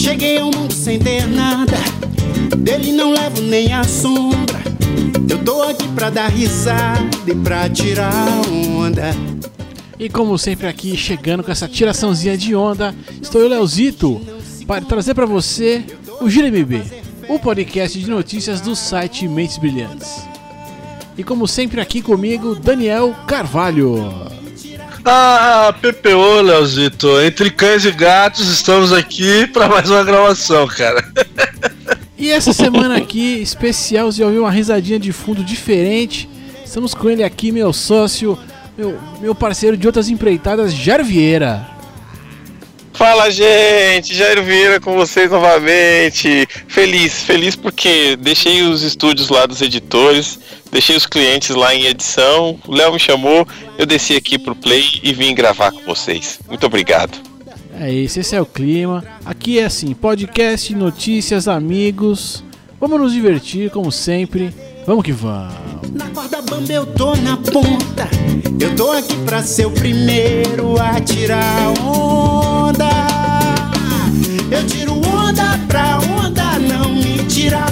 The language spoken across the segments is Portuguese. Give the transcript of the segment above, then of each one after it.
Cheguei ao mundo sem ter nada, dele não levo nem a sombra. Eu tô aqui pra dar risada e pra tirar onda. E como sempre aqui, chegando com essa tiraçãozinha de onda, estou eu, Leozito, para trazer para você o Gira MB, o podcast de notícias do site Mentes Brilhantes. E como sempre aqui comigo, Daniel Carvalho. PPO, Leozito, entre cães e gatos estamos aqui para mais uma gravação, cara. E essa semana aqui, especial, você ouviu uma risadinha de fundo diferente. Estamos com ele aqui, meu sócio, meu parceiro de outras empreitadas, Jair Vieira. Fala, gente, Jair Vieira com vocês novamente. Feliz porque deixei os estúdios lá dos editores, deixei os clientes lá em edição, o Léo me chamou, eu desci aqui pro Play e vim gravar com vocês. Muito obrigado. É isso, esse é o clima. Aqui é assim, podcast, notícias, amigos. Vamos nos divertir, como sempre. Vamos que vamos. Na corda bamba eu tô na ponta, eu tô aqui pra ser o primeiro a tirar onda. Eu tiro onda pra onda não me tirar.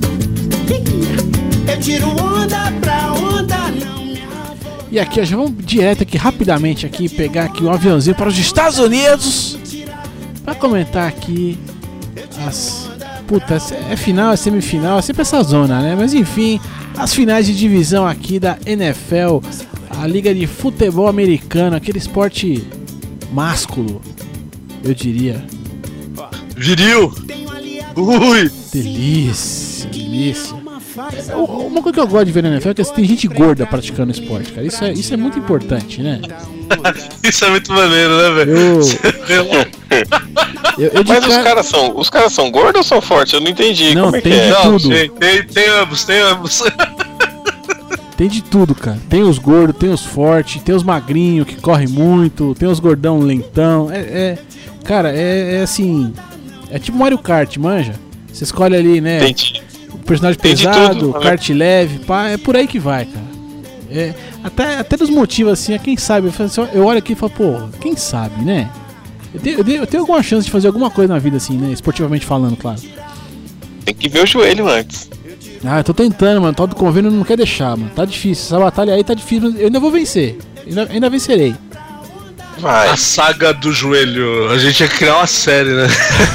Eu tiro onda pra onda não me avoar. E aqui, ó, já vamos direto aqui, rapidamente aqui, pegar aqui um aviãozinho para os Estados Unidos para comentar aqui as... Puta, é final, é semifinal, é sempre essa zona, né? Mas enfim, as finais de divisão aqui da NFL, a Liga de Futebol Americano, aquele esporte másculo, eu diria. Viril! Ui! Delícia, delícia. Uma coisa que eu gosto de ver na NFL é que tem gente gorda praticando esporte, cara. Isso é muito importante, né? Isso é muito maneiro, né, velho? Mas os caras são gordos ou são fortes? Eu não entendi. Não, como é tem que é? de tudo. Tem ambos. Tem de tudo, cara. Tem os gordos, tem os fortes, tem os magrinhos que correm muito, tem os gordão lentão. Cara, é assim. É tipo Mario Kart, manja? Você escolhe ali, né? Entendi. O personagem Tem de pesado, tudo, kart leve, pá, é por aí que vai, cara. Até dos motivos assim, quem sabe? Eu olho aqui e falo, pô, quem sabe, né? Eu tenho alguma chance de fazer alguma coisa na vida assim, né? Esportivamente falando, claro. Tem que ver o joelho antes. Eu tô tentando, mano. O tal do convênio não quer deixar, mano. Tá difícil. Essa batalha aí tá difícil, mas eu ainda vou vencer. Ainda vencerei. Vai. A saga do joelho. A gente ia criar uma série, né?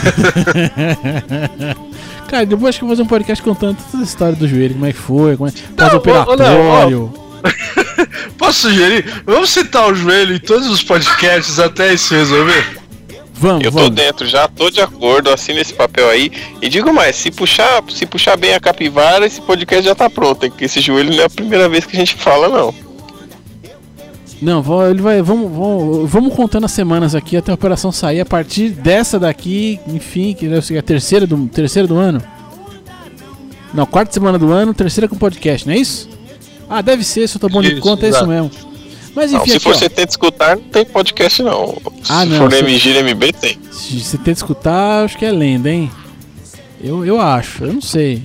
Cara, depois acho que eu vou fazer um podcast contando toda a história do joelho, como é que foi, pós-operatório. Posso sugerir? Vamos citar o joelho em todos os podcasts até isso resolver? Vamos. Tô dentro já, tô de acordo, assino esse papel aí. E digo mais, se puxar bem a capivara, esse podcast já tá pronto, hein? Porque esse joelho não é a primeira vez que a gente fala, não. Não, vamos contando as semanas aqui até a operação sair. A partir dessa daqui, enfim, que deve ser a terceira do ano. Não, quarta semana do ano, terceira com podcast, não é isso? Deve ser, se eu tô bom de conta, é isso mesmo. Mas enfim, não, se aqui, for você tenta escutar, não tem podcast não. Se for MG MB, tem. Se você tenta escutar, acho que é lenda, hein? Eu acho, eu não sei.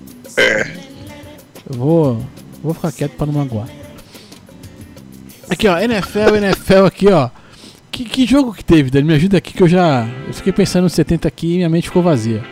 Eu vou ficar quieto pra não magoar. Aqui, ó, NFL aqui, ó. Que jogo que teve, Dani? Me ajuda aqui que eu fiquei pensando nos 70 aqui e minha mente ficou vazia.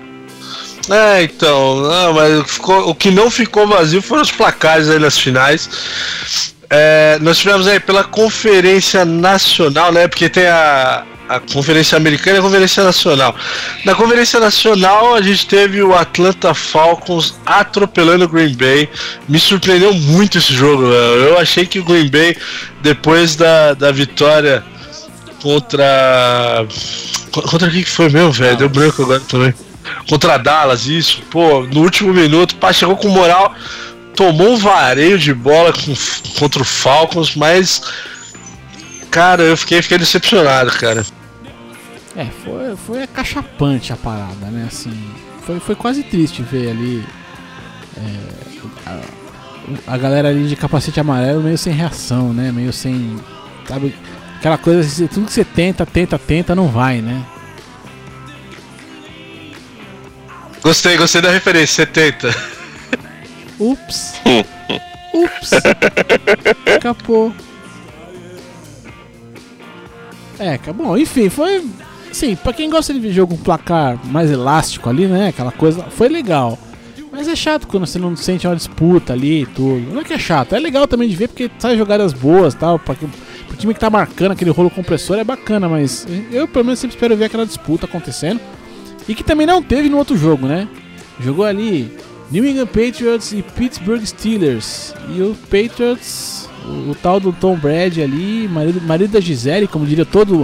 Então, não, mas o que não ficou vazio foram os placares aí nas finais. Nós tivemos aí pela Conferência Nacional, né? Porque tem a Conferência Americana e a Conferência Nacional. Na Conferência Nacional a gente teve o Atlanta Falcons atropelando o Green Bay. Me surpreendeu muito esse jogo, velho. Eu achei que o Green Bay, depois da vitória contra quem que foi mesmo, velho? Deu branco agora também. Contra Dallas, isso. Pô, no último minuto, chegou com moral, tomou um vareio de bola contra o Falcons, mas cara, eu fiquei decepcionado, cara. Foi acachapante a parada, né? Assim, foi quase triste ver ali a galera ali de capacete amarelo meio sem reação, né? Meio sem, sabe, aquela coisa assim, tudo que você tenta, não vai, né? Gostei da referência, 70. Ups. Escapou. Bom, enfim, foi Sim, pra quem gosta de ver jogo com placar mais elástico ali, né? Aquela coisa, foi legal. Mas é chato quando você não sente uma disputa ali e tudo. Não é que é chato, é legal também de ver porque sai jogadas boas e tal. Pro time que tá marcando aquele rolo compressor é bacana, mas eu pelo menos sempre espero ver aquela disputa acontecendo. E que também não teve no outro jogo, né? Jogou ali New England Patriots e Pittsburgh Steelers. E o Patriots, o tal do Tom Brady ali, marido da Gisele, como diria todo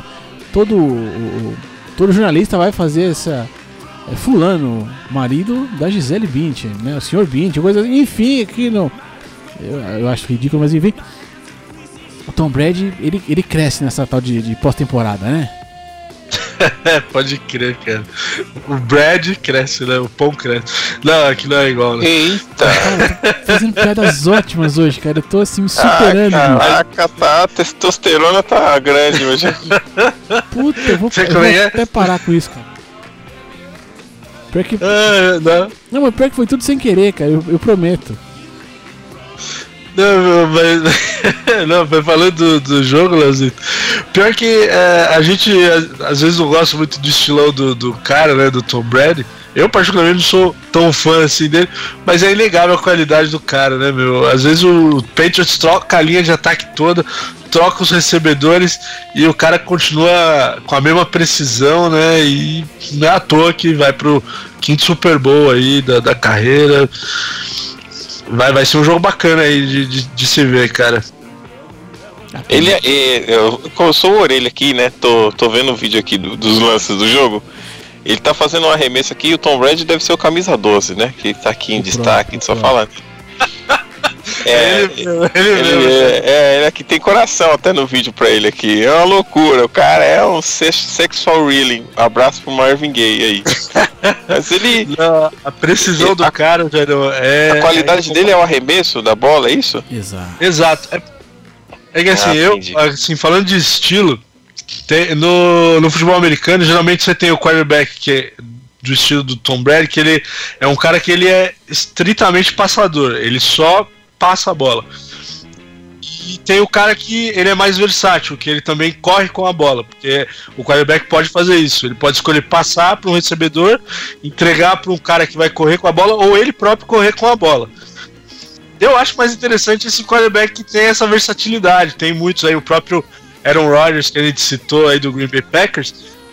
jornalista vai fazer essa... fulano, marido da Gisele Bündchen, né? O Sr. Bündchen, coisa assim. Enfim, aqui não... Eu acho ridículo, mas enfim. O Tom Brady, ele cresce nessa tal de pós-temporada, né? Pode crer, cara. O Brad cresce, né? O pão cresce. Não, aqui não é igual, né? Eita! Cara, tô fazendo piadas ótimas hoje, cara. Eu tô assim me superando. Caraca, tá, a testosterona tá grande hoje. Puta, eu vou até parar com isso, cara. Pior que... Não, mas pior que foi tudo sem querer, cara. Eu prometo. Não, mas falando do jogo, Leozinho, pior que a gente às vezes não gosta muito do estilão do cara, né, do Tom Brady. Eu particularmente não sou tão fã assim dele, mas é inegável a qualidade do cara, né, meu? Às vezes o Patriots troca a linha de ataque toda, troca os recebedores e o cara continua com a mesma precisão, né, e não é à toa que vai pro 5º Super Bowl aí da carreira. Vai ser um jogo bacana aí de se ver, cara. Eu sou o Orelha aqui, né? Tô vendo o vídeo aqui dos lances do jogo. Ele tá fazendo um arremesso aqui e o Tom Brady deve ser o camisa 12, né? Que tá aqui em destaque, só falando. Ele aqui tem coração até no vídeo pra ele aqui. É uma loucura. O cara é um sexual reeling. Abraço pro Marvin Gaye aí. Mas ele. Não, a precisão do cara, velho. A qualidade dele é o arremesso da bola, é isso? Exato. É que assim, falando de estilo, no futebol americano, geralmente você tem o quarterback que é do estilo do Tom Brady, que ele é um cara que ele é estritamente passador. Ele só passa a bola. E tem o cara que ele é mais versátil, que ele também corre com a bola, porque o quarterback pode fazer isso. Ele pode escolher passar para um recebedor, entregar para um cara que vai correr com a bola, ou ele próprio correr com a bola. Eu acho mais interessante esse quarterback que tem essa versatilidade. Tem muitos aí, o próprio Aaron Rodgers, que a gente citou aí do Green Bay Packers,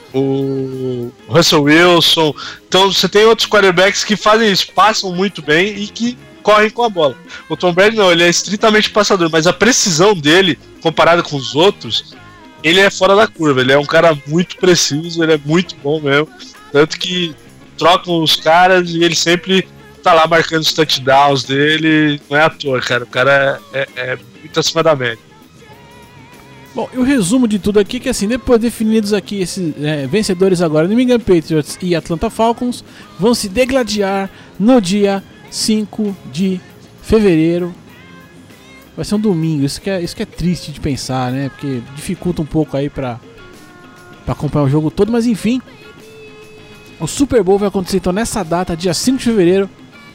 o Russell Wilson. Então você tem outros quarterbacks que fazem isso, passam muito bem e que correm com a bola. O Tom Brady não, ele é estritamente passador, mas a precisão dele, comparado com os outros, ele é fora da curva. Ele é um cara muito preciso, ele é muito bom mesmo. Tanto que trocam os caras e ele sempre tá lá marcando os touchdowns dele. Não é à toa, cara. O cara é muito acima da média. Bom, e o resumo de tudo aqui é que assim, depois definidos aqui esses vencedores agora, New England Patriots e Atlanta Falcons vão se degladiar no dia 5 de fevereiro. Vai ser um domingo, isso que é triste de pensar, né? Porque dificulta um pouco aí pra acompanhar o jogo todo, mas enfim. O Super Bowl vai acontecer então nessa data, dia 5 de fevereiro.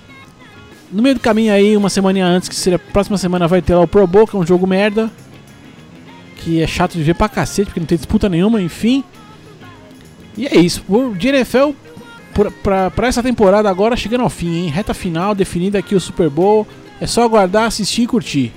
No meio do caminho aí, uma semana antes, que seria a próxima semana, vai ter lá o Pro Bowl, que é um jogo merda, que é chato de ver pra cacete, porque não tem disputa nenhuma, enfim. E é isso, o NFL pra essa temporada agora chegando ao fim, hein? Reta final, definida aqui o Super Bowl. É só aguardar, assistir e curtir.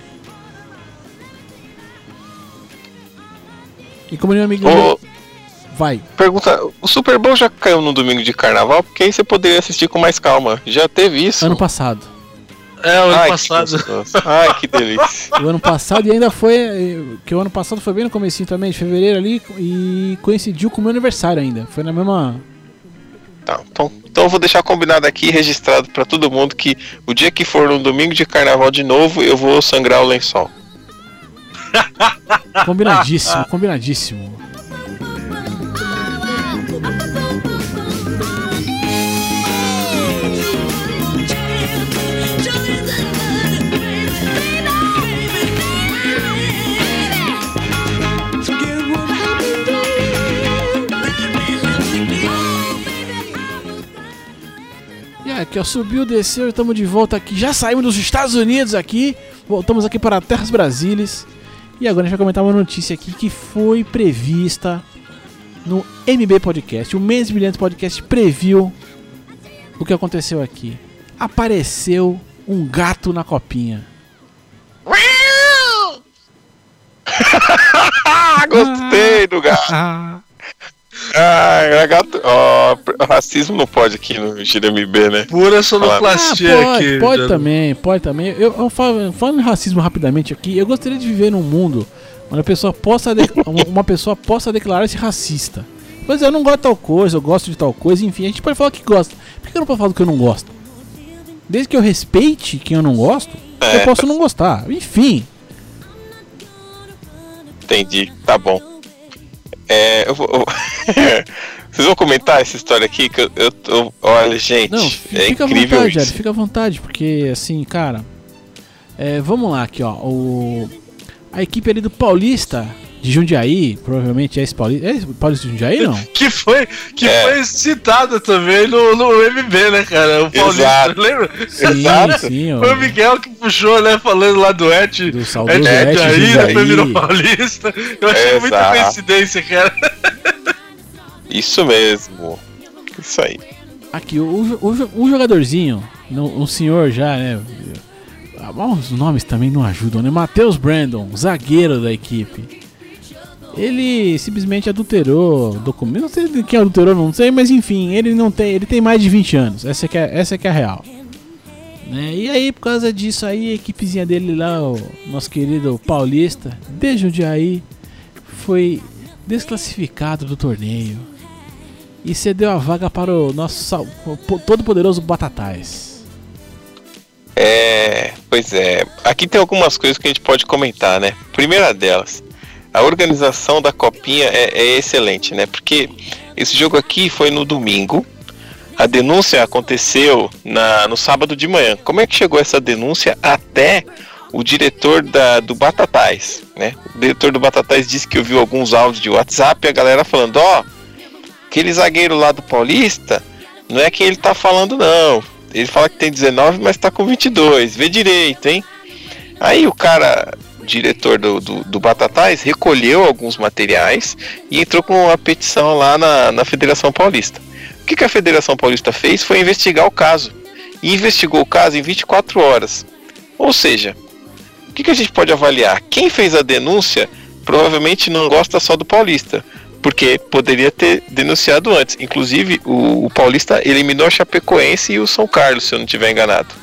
E como meu amigo vai. Pergunta, o Super Bowl já caiu no domingo de carnaval? Porque aí você poderia assistir com mais calma. Já teve isso? Ano passado. O ano passado. Ai, que delícia. O ano passado, e ainda foi. Que o ano passado foi bem no comecinho também, de fevereiro ali, e coincidiu com o meu aniversário ainda. Foi na mesma. Tá, então eu vou deixar combinado aqui, registrado pra todo mundo, que o dia que for no domingo de carnaval de novo, eu vou sangrar o lençol. Combinadíssimo, combinadíssimo. Aqui, ó, subiu, desceu, estamos de volta aqui. Já saímos dos Estados Unidos aqui. Voltamos aqui para Terras Brasílias. E agora a gente vai comentar uma notícia aqui que foi prevista no MB Podcast, o Mentes Brilhantes Podcast Preview. O que aconteceu aqui? Apareceu um gato na copinha. Gostei do gato. Gato. Racismo não pode aqui no GMB, né? Pura sonoplastia aqui. Pode também. Eu falando em racismo rapidamente aqui, eu gostaria de viver num mundo onde uma pessoa possa declarar-se racista. Pois é, eu não gosto de tal coisa, eu gosto de tal coisa, enfim, a gente pode falar que gosta. Por que eu não posso falar do que eu não gosto? Desde que eu respeite quem eu não gosto, eu posso não gostar. Enfim. Entendi, tá bom. Vocês vão comentar essa história aqui? Que olha, gente, não, fica incrível à vontade, isso. Fica à vontade, porque assim, cara. Vamos lá aqui, ó. A equipe ali do Paulista de Jundiaí, provavelmente é esse Paulista. É esse Paulista de Jundiaí, não? que foi citado também no MB, né, cara? O Paulista, exato. lembra? Sim, foi o Miguel que puxou, né, falando lá do do saudoso aí, depois virou Paulista. Eu achei muita coincidência, cara. Isso mesmo. Isso aí. Aqui, o jogadorzinho, um senhor já, né? Os nomes também não ajudam, né? Matheus Brandon, zagueiro da equipe. Ele simplesmente adulterou documento. Não sei quem adulterou, não sei, mas enfim, ele tem mais de 20 anos. Essa que é a real. Né? E aí, por causa disso aí, a equipezinha dele lá, o nosso querido Paulista, de Jundiaí, foi desclassificado do torneio e cedeu a vaga para o nosso todo poderoso Batatais. Pois é. Aqui tem algumas coisas que a gente pode comentar, né? Primeira delas, a organização da copinha é excelente, né? Porque esse jogo aqui foi no domingo. A denúncia aconteceu no sábado de manhã. Como é que chegou essa denúncia até o diretor do Batatais, né? O diretor do Batatais disse que ouviu alguns áudios de WhatsApp e a galera falando, aquele zagueiro lá do Paulista, não é quem ele tá falando não. Ele fala que tem 19, mas tá com 22. Vê direito, hein? Aí o cara, diretor do Batatais, recolheu alguns materiais e entrou com uma petição lá na Federação Paulista. O que a Federação Paulista fez foi investigar o caso. E investigou o caso em 24 horas. Ou seja, o que a gente pode avaliar? Quem fez a denúncia provavelmente não gosta só do Paulista, porque poderia ter denunciado antes. Inclusive, o Paulista eliminou a Chapecoense e o São Carlos, se eu não estiver enganado.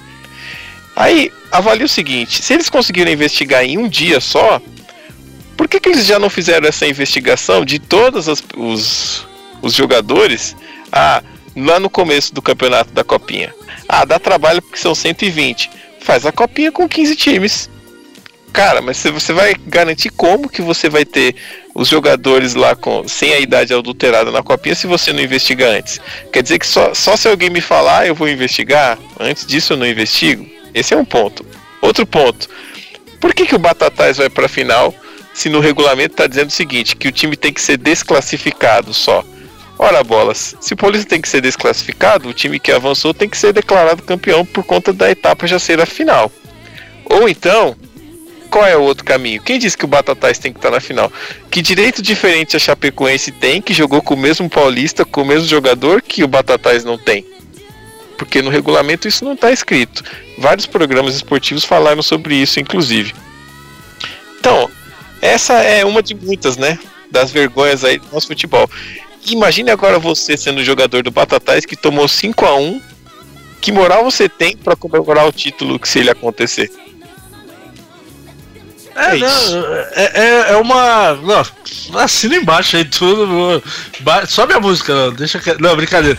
Aí, avalia o seguinte, se eles conseguiram investigar em um dia só, por que eles já não fizeram essa investigação de todos os jogadores lá no começo do campeonato da Copinha? Dá trabalho porque são 120. Faz a Copinha com 15 times. Cara, mas você vai garantir como que você vai ter os jogadores lá sem a idade adulterada na Copinha se você não investiga antes? Quer dizer que só se alguém me falar eu vou investigar? Antes disso eu não investigo? Esse é um ponto. Outro ponto. Por que o Batatais vai pra final se no regulamento tá dizendo o seguinte, que o time tem que ser desclassificado só? Ora bolas, se o Paulista tem que ser desclassificado, o time que avançou tem que ser declarado campeão por conta da etapa já ser a final. Ou então, qual é o outro caminho? Quem disse que o Batatais tem que estar na final? Que direito diferente a Chapecoense tem, que jogou com o mesmo Paulista, com o mesmo jogador, que o Batatais não tem? Porque no regulamento isso não está escrito. Vários programas esportivos falaram sobre isso, inclusive. Então, essa é uma de muitas, né? Das vergonhas aí do nosso futebol. Imagine agora você sendo jogador do Batatais que tomou 5-1. Que moral você tem para comemorar o título que se ele acontecer? É uma. Não, assina embaixo aí tudo. Sobe a música, não. Deixa que. Não, brincadeira.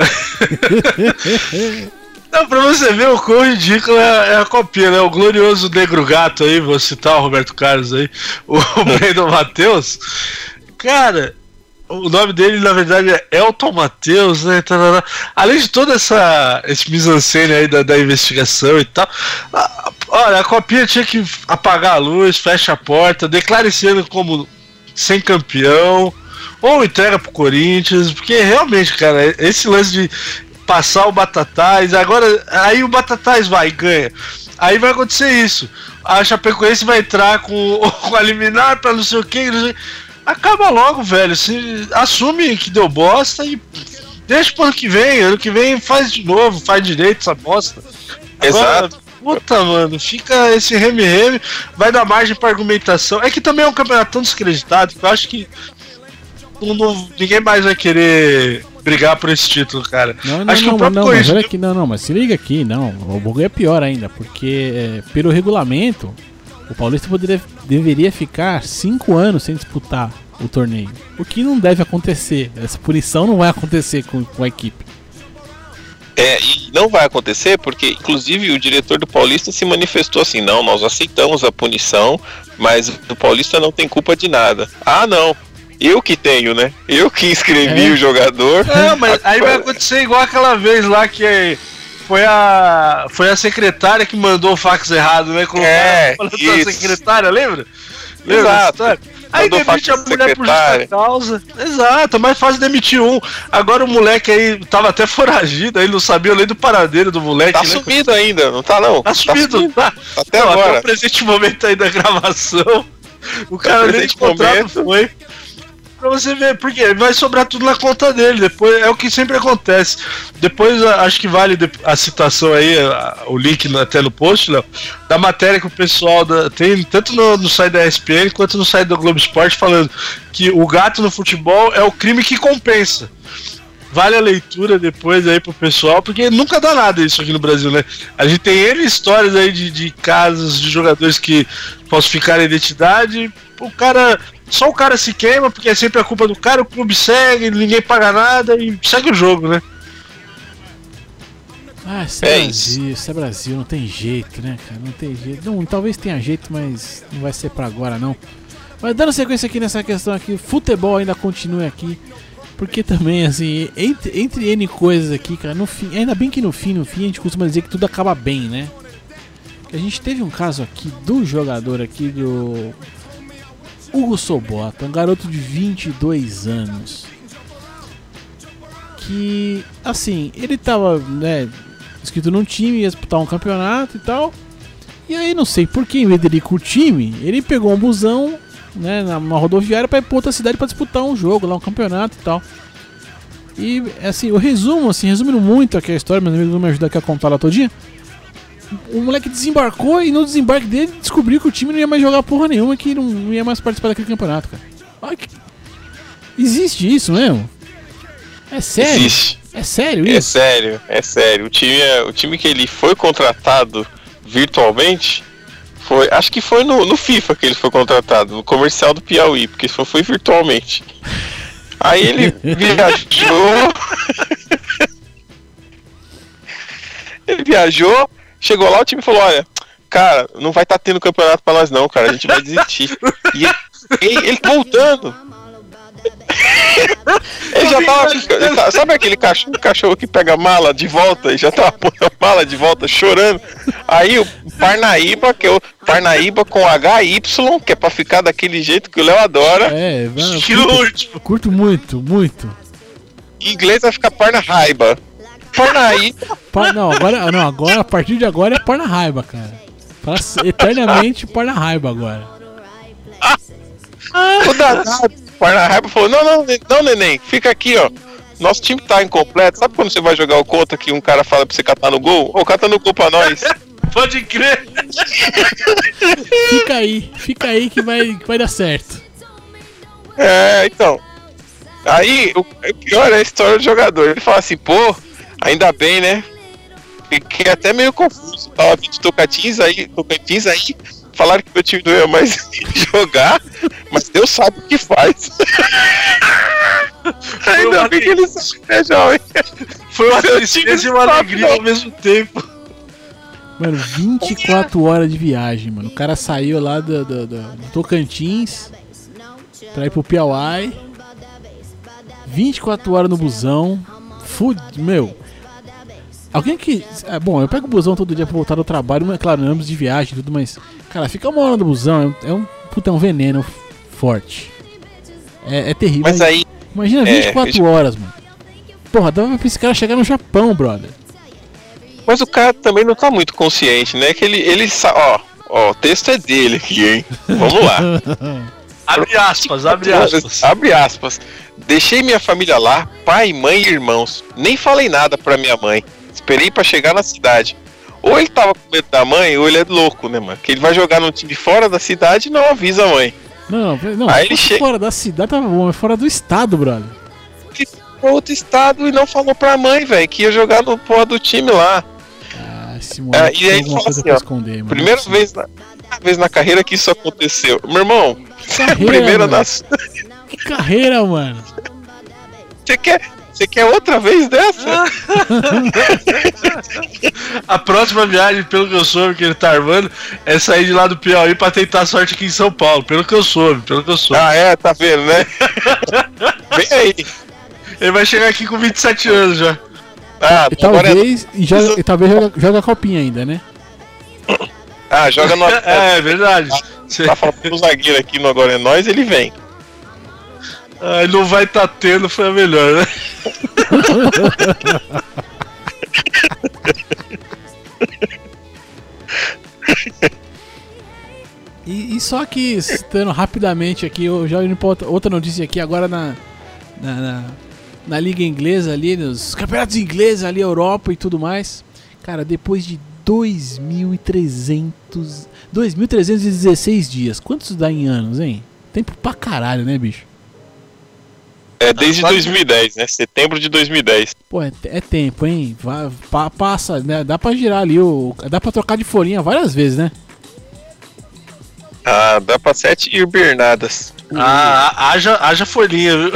Não, pra você ver o quão ridículo é a copinha, né? O glorioso Negro Gato aí, vou citar o Roberto Carlos aí, o Brandon Matheus. Cara, o nome dele na verdade é Elton Matheus, né? Além de toda esse mise-en-scène aí da investigação e tal. Olha, a copinha tinha que apagar a luz, fecha a porta, declara esse ano como sem campeão, ou entrega pro Corinthians, porque realmente, cara, esse lance de passar o Batatais, agora aí o Batatais vai e ganha. Aí vai acontecer isso. A Chapecoense vai entrar com a liminar pra não sei o que. acaba logo, velho. Se assume que deu bosta e deixa pro ano que vem faz de novo, faz direito essa bosta. Agora, Exato. puta, mano, fica esse reme-reme, vai dar margem pra argumentação. É que também é um campeonato tão descreditado que eu acho que ninguém mais vai querer brigar por esse título, cara. Acho que o próprio mas olha aqui, mas se liga aqui, o bagulho é pior ainda, porque pelo regulamento, o Paulista deveria ficar 5 anos sem disputar o torneio. O que não deve acontecer, essa punição não vai acontecer com a equipe. E não vai acontecer porque, inclusive, o diretor do Paulista se manifestou assim: não, nós aceitamos a punição, mas o Paulista não tem culpa de nada. Ah, não. Eu que tenho, né? Eu que inscrevi o jogador. Mas aí vai acontecer igual aquela vez lá que foi a secretária que mandou o fax errado, né? Falando da secretária, lembra? Exato. Aí demite a mulher por justa causa. Exato, mais fácil demitir um. Agora o moleque aí tava até foragido, aí não sabia nem do paradeiro do moleque. Tá sumido ainda, não tá não? Tá sumido, tá. Até agora. Até o presente momento aí da gravação. O cara nem de contrato foi. Pra você ver, porque vai sobrar tudo na conta dele. Depois é o que sempre acontece. Depois acho que vale a citação aí, o link até no post, Léo, da matéria que o pessoal tem tanto no site da ESPN quanto no site do Globo Esporte, falando que o gato no futebol é o crime que compensa. Vale a leitura depois aí pro pessoal, porque nunca dá nada isso aqui no Brasil, né? A gente tem histórias aí de casos de jogadores que falsificaram a identidade. Só o cara se queima, porque é sempre a culpa do cara, o clube segue, ninguém paga nada e segue o jogo, né? Isso é Brasil, não tem jeito, né, cara? Não tem jeito. Não, talvez tenha jeito, mas não vai ser pra agora, não. Mas dando sequência aqui nessa questão aqui, futebol ainda continua aqui. Porque também, assim, entre N coisas aqui, cara, no fim, ainda bem que no fim a gente costuma dizer que tudo acaba bem, né? A gente teve um caso aqui do jogador aqui, do Hugo Sobota, um garoto de 22 anos. Que, assim, ele tava, né, inscrito num time, ia disputar um campeonato e tal. E aí, não sei por que, em vez dele ir com o time, ele pegou um busão, né, numa rodoviária pra ir pra outra cidade pra disputar um jogo lá, um campeonato e tal. E assim, eu resumindo muito aqui a história, meus amigos vão me ajudar aqui a contar lá todinha. O moleque desembarcou e no desembarque dele descobriu que o time não ia mais jogar porra nenhuma, que não ia mais participar daquele campeonato, cara. Existe isso mesmo? É sério? Existe. É sério isso? É sério. O time que ele foi contratado virtualmente acho que foi no FIFA que ele foi contratado, no comercial do Piauí, porque foi virtualmente. Aí ele viajou, chegou lá, o time falou: olha, cara, não vai estar tendo campeonato pra nós não, cara, a gente vai desistir. E ele voltando. Ele já tava. Sabe aquele cachorro que pega a mala de volta e já tava pondo a mala de volta chorando? Aí o Parnaíba, que é o Parnaíba com HY, que é pra ficar daquele jeito que o Léo adora. Curto muito. Em inglês vai ficar Parnaíba. Agora, a partir de agora é Parnaíba, cara. Eternamente Parnaíba agora. O danado Parnaíba falou: não, neném, fica aqui, ó. Nosso time tá incompleto. Sabe quando você vai jogar o contra que um cara fala pra você catar no gol? Ô, cata no gol pra nós. Pode crer. Fica aí que vai dar certo. Então. Aí, o pior é a história do jogador. Ele fala assim: pô, ainda bem, né? Fiquei até meio confuso. Tava vindo de Tocantins aí. Falaram que meu time não ia mais jogar, mas Deus sabe o que faz. Ainda bem que ele sabe que é jovem. Foi uma tristeza e uma alegria ao mesmo tempo. Mano, 24 horas de viagem, mano. O cara saiu lá do Tocantins pra ir pro Piauí. 24 horas no busão. Meu. Alguém que... Bom, eu pego o busão todo dia pra voltar do trabalho, mas claro, ambos de viagem e tudo, mas... Cara, fica uma hora no busão, é um veneno forte. É terrível. Mas aí... Imagina 24 horas, mano. Porra, dava pra esse cara chegar no Japão, brother. Mas o cara também não tá muito consciente, né? Que ele o texto é dele aqui, hein? Vamos lá. Abre aspas, abre aspas. Abre aspas. Deixei minha família lá, pai, mãe e irmãos. Nem falei nada pra minha mãe. Esperei pra chegar na cidade. Ou ele tava com medo da mãe, ou ele é louco, né, mano? Que ele vai jogar num time fora da cidade e não avisa a mãe. Não, Aí ele chega fora da cidade tá bom, é fora do estado, brother. Ele foi pra outro estado e não falou pra mãe, velho, que ia jogar no porra do time lá. Ah, esse moleque E aí tem ele alguma fala coisa assim, pra ó, esconder, mano. primeira vez na carreira que isso aconteceu. Meu irmão, Carreira, primeira mano. na... Que carreira, mano. Você quer outra vez dessa? A próxima viagem, pelo que eu soube que ele tá armando, é sair de lá do Piauí pra tentar a sorte aqui em São Paulo. Pelo que eu soube. Ah, é? Tá vendo, né? Vem aí. Ele vai chegar aqui com 27 anos já. Ah, E talvez, joga a copinha ainda, né? Ah, joga no... É verdade. Tá falando pro zagueiro aqui no Agora é Nós, ele vem. Ah, ele não vai tá tendo, foi a melhor, né? E só que, citando rapidamente aqui, eu já indo pra outra notícia aqui, agora na Liga Inglesa ali, nos campeonatos ingleses ali, Europa e tudo mais. Cara, depois de 2.316 dias, quantos dá em anos, hein? Tempo pra caralho, né, bicho? É desde 2010, né? Setembro de 2010. Pô, é tempo, hein? Passa, né? Dá pra girar ali, dá pra trocar de folhinha várias vezes, né? Ah, dá pra 7 hibernadas. Haja folhinha, viu?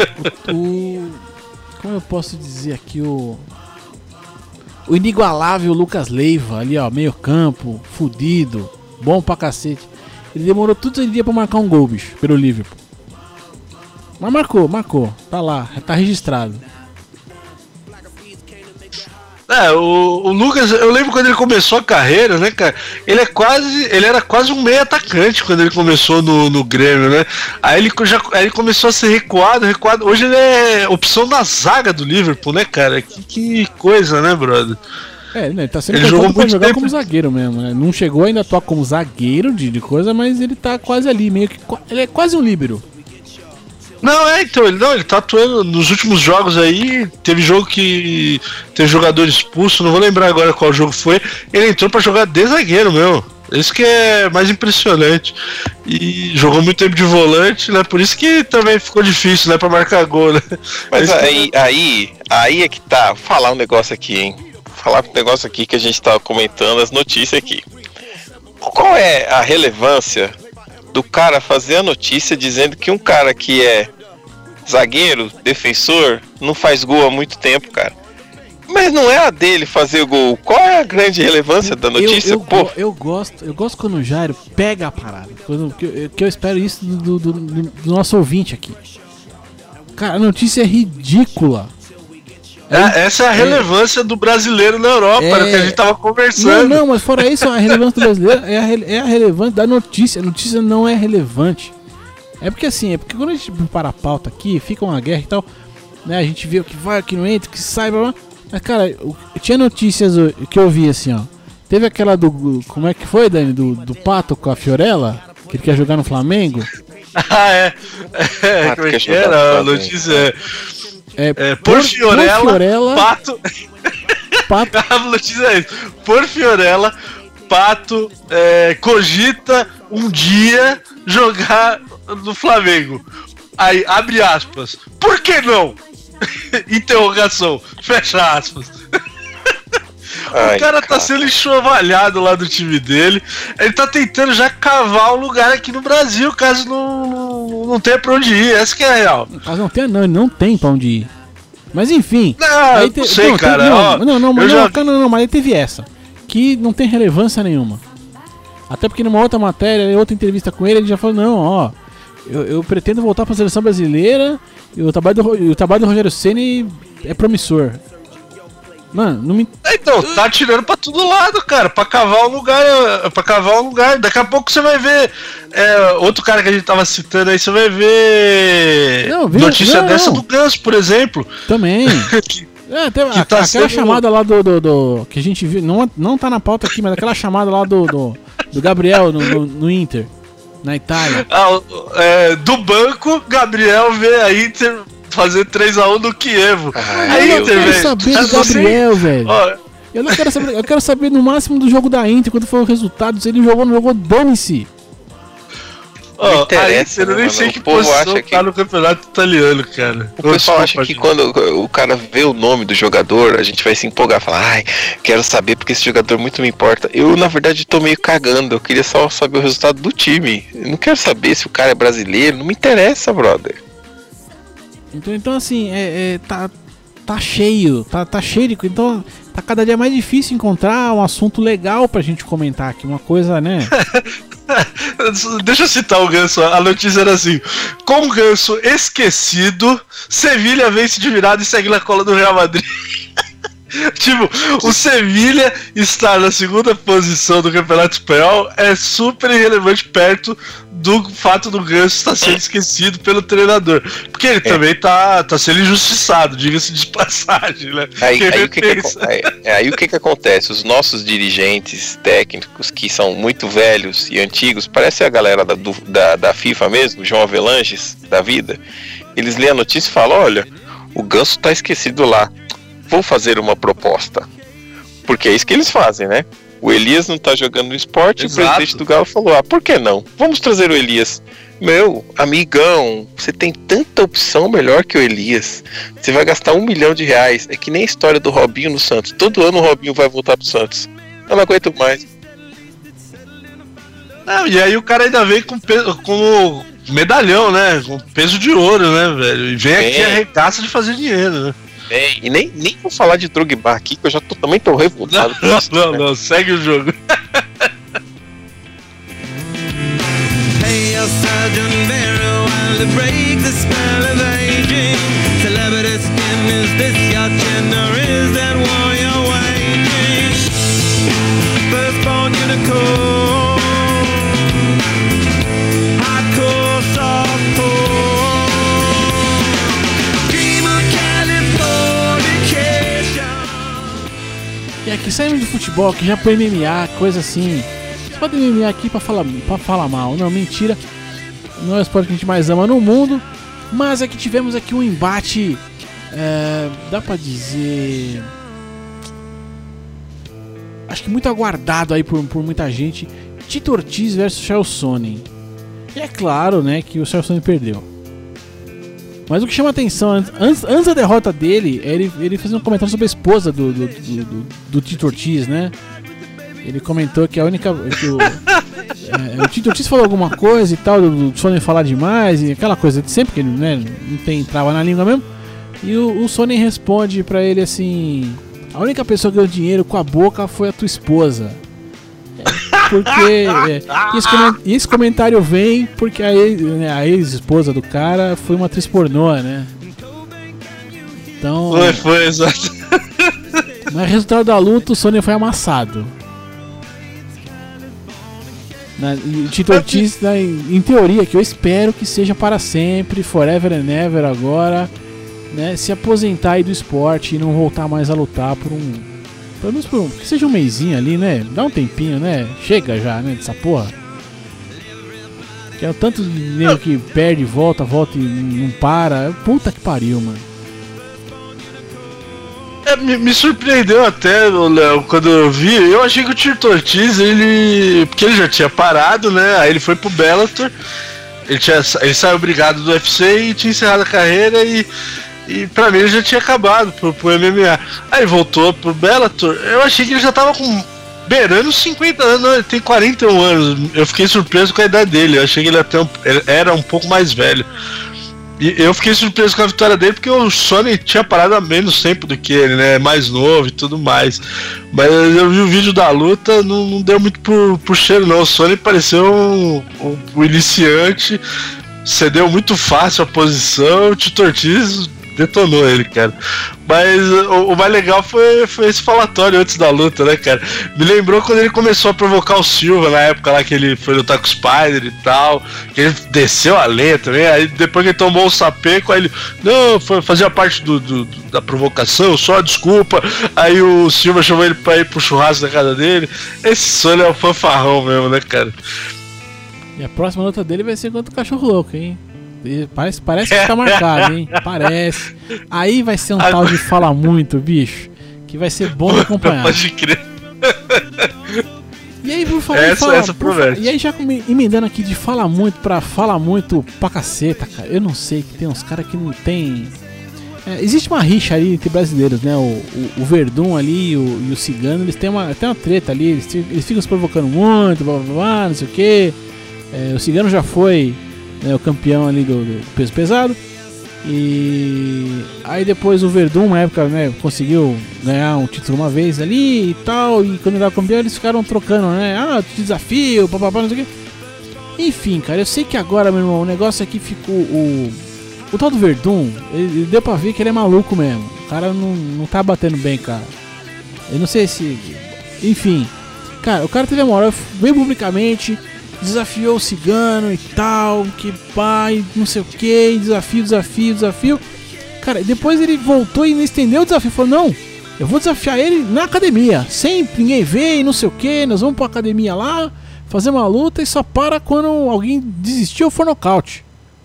Como eu posso dizer aqui, o inigualável Lucas Leiva, ali ó, meio campo, fudido, bom pra cacete. Ele demorou tudo esse dia pra marcar um gol, bicho, pelo Liverpool. Mas marcou, tá lá, tá registrado. O Lucas, eu lembro quando ele começou a carreira, né, cara? Ele era quase um meio atacante quando ele começou no Grêmio, né? Aí ele começou a ser recuado. Hoje ele é opção na zaga do Liverpool, né, cara? Que coisa, né, brother? Né, ele tá sendo colocado pra jogar como zagueiro mesmo, né? Não chegou ainda a atuar como zagueiro de coisa, mas ele tá quase ali, meio que. Ele é quase um líbero. Não, então, ele tá atuando nos últimos jogos aí. Teve jogo que teve jogador expulso, não vou lembrar agora qual jogo foi. Ele entrou pra jogar de zagueiro, meu. Isso que é mais impressionante. E jogou muito tempo de volante, né? Por isso que também ficou difícil, né? Pra marcar gol, né? Mas aí é que tá. Vou falar um negócio aqui, hein? Vou falar um negócio aqui que a gente tava comentando, as notícias aqui. Qual é a relevância do cara fazer a notícia dizendo que um cara que é zagueiro, defensor, não faz gol há muito tempo, cara? Mas não é a dele fazer gol. Qual é a grande relevância da notícia? Eu gosto quando o Jairo pega a parada. Que eu espero isso do nosso ouvinte aqui. Cara, a notícia é ridícula. Essa é a relevância do brasileiro na Europa, era o que a gente tava conversando. Não, mas fora isso, a relevância do brasileiro é a relevância da notícia. A notícia não é relevante. É porque quando a gente prepara a pauta aqui, fica uma guerra e tal, né? A gente vê o que vai, o que não entra, o que sai, blá blá. Mas, cara, tinha notícias que eu vi assim, ó. Teve aquela do. Como é que foi, Dani? Do Pato com a Fiorella, que ele quer jogar no Flamengo. Como é que era? A notícia por Fiorella, Pato. A notícia é isso. Por Fiorella, Pato cogita um dia jogar no Flamengo. Aí, abre aspas. Por que não? Interrogação. Fecha aspas. O cara tá sendo enxovalhado lá do time dele. Ele tá tentando já cavar um lugar aqui no Brasil, caso não tenha pra onde ir. Essa que é a real. Caso não tenha, não, ele não tem pra onde ir. Mas enfim. Não sei, cara. Mas aí teve essa. Que não tem relevância nenhuma. Até porque numa outra matéria, outra entrevista com ele já falou, não, ó. Eu pretendo voltar pra seleção brasileira e o trabalho do Rogério Ceni é promissor. Mano, não me... Então, tá atirando pra todo lado, cara, pra cavar um lugar, Daqui a pouco você vai ver outro cara que a gente tava citando aí, você vai ver notícia dessa do Ganso, por exemplo. Também. Aquela chamada lá do que a gente viu, não tá na pauta aqui, mas aquela chamada lá do Gabriel no Inter. Na Itália. Do banco, Gabriel vê a Inter fazer 3x1 no Chievo. Eu não quero saber do Gabriel, velho. Eu não quero saber. Eu quero saber no máximo do jogo da Inter, quando foi o resultado. Se ele jogou ou não jogou, dane-se. Não interessa, eu nem sei que posição tá no campeonato italiano, cara. O pessoal acha que quando o cara vê o nome do jogador, a gente vai se empolgar, falar, ai, quero saber porque esse jogador muito me importa. Eu, na verdade, tô meio cagando, eu queria só saber o resultado do time. Eu não quero saber se o cara é brasileiro, não me interessa, brother. Então assim, tá cheio, tá cheio de... Então tá cada dia mais difícil encontrar um assunto legal pra gente comentar aqui, uma coisa, né? Deixa eu citar o Ganso. A notícia era assim: com o Ganso esquecido, Sevilha vence de virada e segue na cola do Real Madrid. Tipo, o Sevilha estar na segunda posição do Campeonato Espanhol é super irrelevante perto do fato do Ganso estar sendo esquecido pelo treinador. Porque ele também tá sendo injustiçado, diga-se de passagem, né? Aí o que acontece? Os nossos dirigentes técnicos, que são muito velhos e antigos, parece a galera da FIFA mesmo, João Avelanges, da vida, eles lêem a notícia e falam, olha, o Ganso tá esquecido lá. Vou fazer uma proposta. Porque é isso que eles fazem, né? O Elias não tá jogando no Sport. Exato. E o presidente do Galo falou, por que não? Vamos trazer o Elias. Meu, amigão, você tem tanta opção melhor que o Elias. Você vai gastar R$1 milhão. É que nem a história do Robinho no Santos. Todo ano o Robinho vai voltar pro Santos. Eu não aguento mais. Não, e aí o cara ainda vem com medalhão, né? Com peso de ouro, né, velho? E vem aqui arregaça de fazer dinheiro, né? E nem vou falar de Drogba aqui, que eu já também tô revoltado. Não, segue o jogo. E aqui saímos do futebol, que já foi MMA, coisa assim. Só de MMA aqui pra falar mal. Não, mentira. Não é o esporte que a gente mais ama no mundo. Mas aqui tivemos aqui um embate. Dá pra dizer. Acho que muito aguardado aí por muita gente. Tito Ortiz versus Chael Sonnen. E é claro, né, que o Chael Sonnen perdeu. Mas o que chama atenção, antes da derrota dele, é ele fez um comentário sobre a esposa do Tito Ortiz, né? Ele comentou que a única... o Tito Ortiz falou alguma coisa e tal, do Sonnen falar demais, e aquela coisa de sempre, que ele, né, não tem trava na língua mesmo. E o Sonnen responde pra ele assim: a única pessoa que ganhou dinheiro com a boca foi a tua esposa. Porque esse comentário vem porque a ex-esposa do cara foi uma atriz pornô, né? Então. Foi, exato. Mas resultado da luta, o Sonnen foi amassado. E o Tito Ortiz, em teoria, que eu espero que seja para sempre, forever and ever agora, né? Se aposentar aí do esporte e não voltar mais a lutar pelo menos que seja um mesinho ali, né? Dá um tempinho, né? Chega já, né? Dessa porra. Que é o tanto de dinheiro que perde, volta e não para. Puta que pariu, mano. Me surpreendeu até, Léo, quando eu vi. Eu achei que o Tito Ortiz, porque ele já tinha parado, né? Aí ele foi pro Bellator. Ele saiu obrigado do UFC e tinha encerrado a carreira e pra mim ele já tinha acabado pro MMA. Aí voltou pro Bellator. Eu achei que ele já tava beirando 50 anos. Não, ele tem 41 anos. Eu fiquei surpreso com a idade dele. Eu achei que ele era um pouco mais velho. E eu fiquei surpreso com a vitória dele, porque o Sonnen tinha parado há menos tempo do que ele, né? Mais novo e tudo mais. Mas eu vi o vídeo da luta, não deu muito pro cheiro, não. O Sonnen pareceu um iniciante, cedeu muito fácil a posição. O Tito Ortiz detonou ele, cara. Mas o mais legal foi esse falatório antes da luta, né, cara? Me lembrou quando ele começou a provocar o Silva, na época lá que ele foi lutar com o Spider e tal, que ele desceu a lenha também. Aí depois que ele tomou o sapeco, aí ele, não, fazia parte da provocação, só desculpa. Aí o Silva chamou ele pra ir pro churrasco da casa dele. Esse Sonnen é um fanfarrão mesmo, né, cara? E a próxima luta dele vai ser contra o Cachorro Louco, hein? Parece que tá marcado, hein? Parece. Aí vai ser um tal de fala muito, bicho. Que vai ser bom de acompanhar. Pode crer. E aí, por favor, e aí já emendando aqui de fala muito pra fala muito pra caceta, cara. Eu não sei, que tem uns caras que não tem... existe uma rixa ali entre brasileiros, né? O Verdun ali e o Cigano, eles têm uma treta ali. Eles ficam se provocando muito, blá, blá, blá, não sei o que. O Cigano já foi, né, o campeão ali do peso pesado. E aí depois o Verdun, uma época, né, conseguiu ganhar um título uma vez ali e tal. E quando ele era campeão, eles ficaram trocando, né? Desafio, papapá, não sei o que. Enfim, cara, eu sei que agora, meu irmão, o negócio aqui ficou... O tal do Verdun, ele deu pra ver que ele é maluco mesmo. O cara não tá batendo bem, cara. Eu não sei se... Enfim. Cara, o cara teve a moral, veio publicamente, desafiou o Cigano e tal, que pai, não sei o que, desafio. Cara, depois ele voltou e estendeu o desafio. Falou, não, eu vou desafiar ele na academia, sem ninguém ver e não sei o que. Nós vamos pra academia lá, fazer uma luta e só para quando alguém desistir ou for nocaute.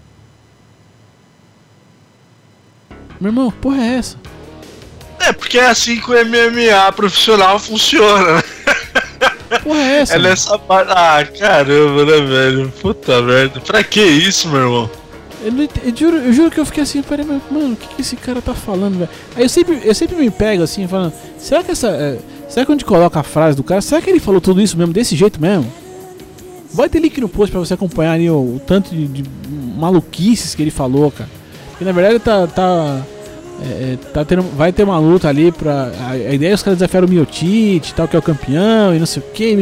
Meu irmão, que porra é essa? Porque é assim que o MMA profissional funciona, né? Porra é essa? É nessa parte. Ah, caramba, né, velho? Puta merda. Pra que isso, meu irmão? Eu juro que eu fiquei assim, falei, mano, o que esse cara tá falando, velho? Aí eu sempre me pego assim, falando, será que será que a gente coloca a frase do cara, será que ele falou tudo isso mesmo, desse jeito mesmo? Vai ter link no post pra você acompanhar ali o tanto de maluquices que ele falou, cara. Porque na verdade vai ter uma luta ali pra... A ideia é os caras desafiaram o Miocic e tal, que é o campeão e não sei o que,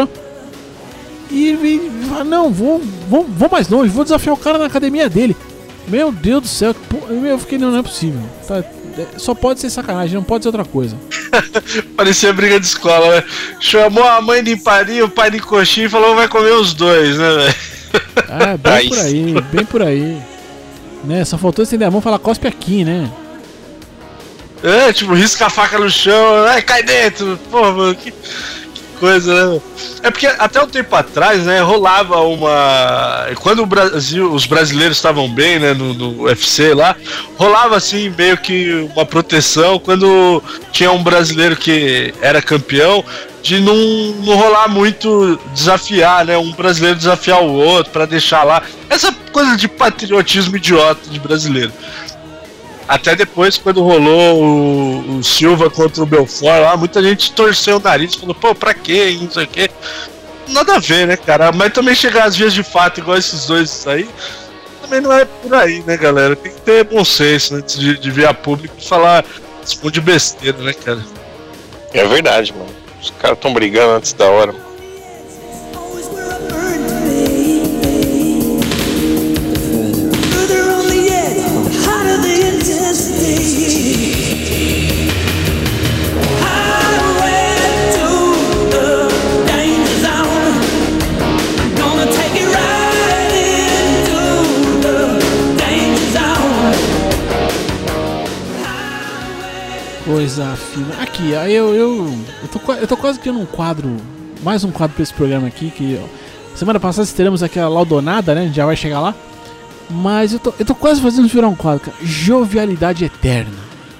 e ele fala, não, vou mais longe, vou desafiar o cara na academia dele. Meu Deus do céu, eu fiquei, não é possível, tá, só pode ser sacanagem, não pode ser outra coisa. Parecia briga de escola, né? Chamou a mãe de Paris, o pai de coxinha e falou, vai comer os dois, né, velho? Bem por aí. Né, só faltou estender a mão e falar, cospe aqui, né? Tipo, risca a faca no chão, cai dentro, porra, mano, que coisa, né? É porque até um tempo atrás, né, rolava uma... Quando os brasileiros estavam bem, né, no UFC lá, rolava assim, meio que uma proteção quando tinha um brasileiro que era campeão, de não rolar muito desafiar, né, um brasileiro desafiar o outro pra deixar lá, essa coisa de patriotismo idiota de brasileiro. Até depois, quando rolou o Silva contra o Belfort lá, muita gente torceu o nariz e falou, pô, pra quê? Não sei o quê. Nada a ver, né, cara? Mas também chegar às vias de fato igual esses dois aí, também não é por aí, né, galera? Tem que ter bom senso antes de vir a público e falar esse monte de besteira, né, cara? É verdade, mano. Os caras tão brigando antes da hora, mano. Coisa fina. Aqui, aí eu tô quase criando um quadro, mais um quadro pra esse programa aqui, que semana passada teremos aqui a Laudonada, né? Já vai chegar lá. Mas eu tô quase fazendo virar um quadro, cara. Jovialidade eterna.